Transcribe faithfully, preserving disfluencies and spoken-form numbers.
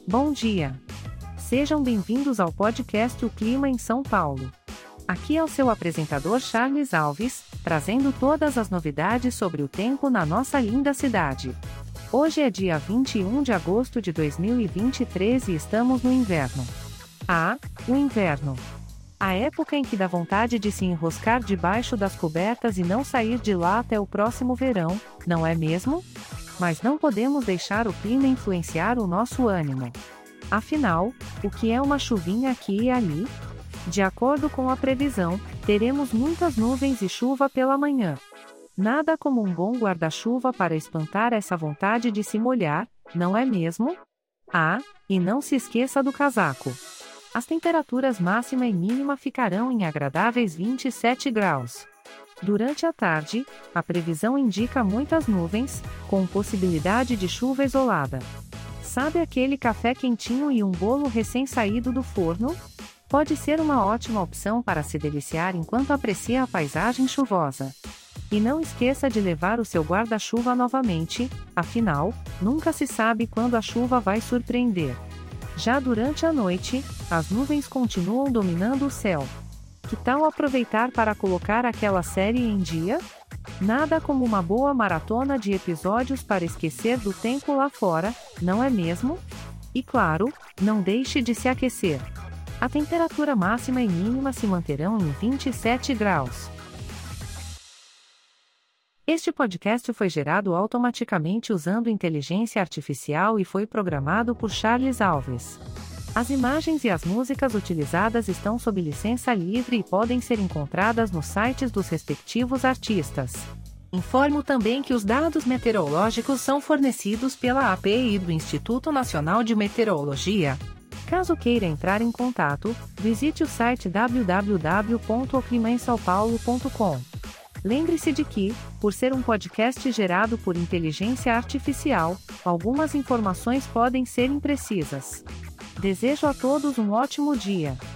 Bom dia! Sejam bem-vindos ao podcast O Clima em São Paulo. Aqui é o seu apresentador Charles Alves, trazendo todas as novidades sobre o tempo na nossa linda cidade. Hoje é dia vinte e um de agosto de dois mil e vinte e três e estamos no inverno. Ah, o inverno! A época em que dá vontade de se enroscar debaixo das cobertas e não sair de lá até o próximo verão, não é mesmo? Mas não podemos deixar o clima influenciar o nosso ânimo. Afinal, o que é uma chuvinha aqui e ali? De acordo com a previsão, teremos muitas nuvens e chuva pela manhã. Nada como um bom guarda-chuva para espantar essa vontade de se molhar, não é mesmo? Ah, e não se esqueça do casaco. As temperaturas máxima e mínima ficarão em agradáveis vinte e sete graus. Durante a tarde, a previsão indica muitas nuvens, com possibilidade de chuva isolada. Sabe aquele café quentinho e um bolo recém-saído do forno? Pode ser uma ótima opção para se deliciar enquanto aprecia a paisagem chuvosa. E não esqueça de levar o seu guarda-chuva novamente, afinal, nunca se sabe quando a chuva vai surpreender. Já durante a noite, as nuvens continuam dominando o céu. Que tal aproveitar para colocar aquela série em dia? Nada como uma boa maratona de episódios para esquecer do tempo lá fora, não é mesmo? E claro, não deixe de se aquecer. A temperatura máxima e mínima se manterão em vinte e sete graus. Este podcast foi gerado automaticamente usando inteligência artificial e foi programado por Charles Alves. As imagens e as músicas utilizadas estão sob licença livre e podem ser encontradas nos sites dos respectivos artistas. Informo também que os dados meteorológicos são fornecidos pela A P I do Instituto Nacional de Meteorologia. Caso queira entrar em contato, visite o site w w w ponto o clima em são paulo ponto com. Lembre-se de que, por ser um podcast gerado por inteligência artificial, algumas informações podem ser imprecisas. Desejo a todos um ótimo dia.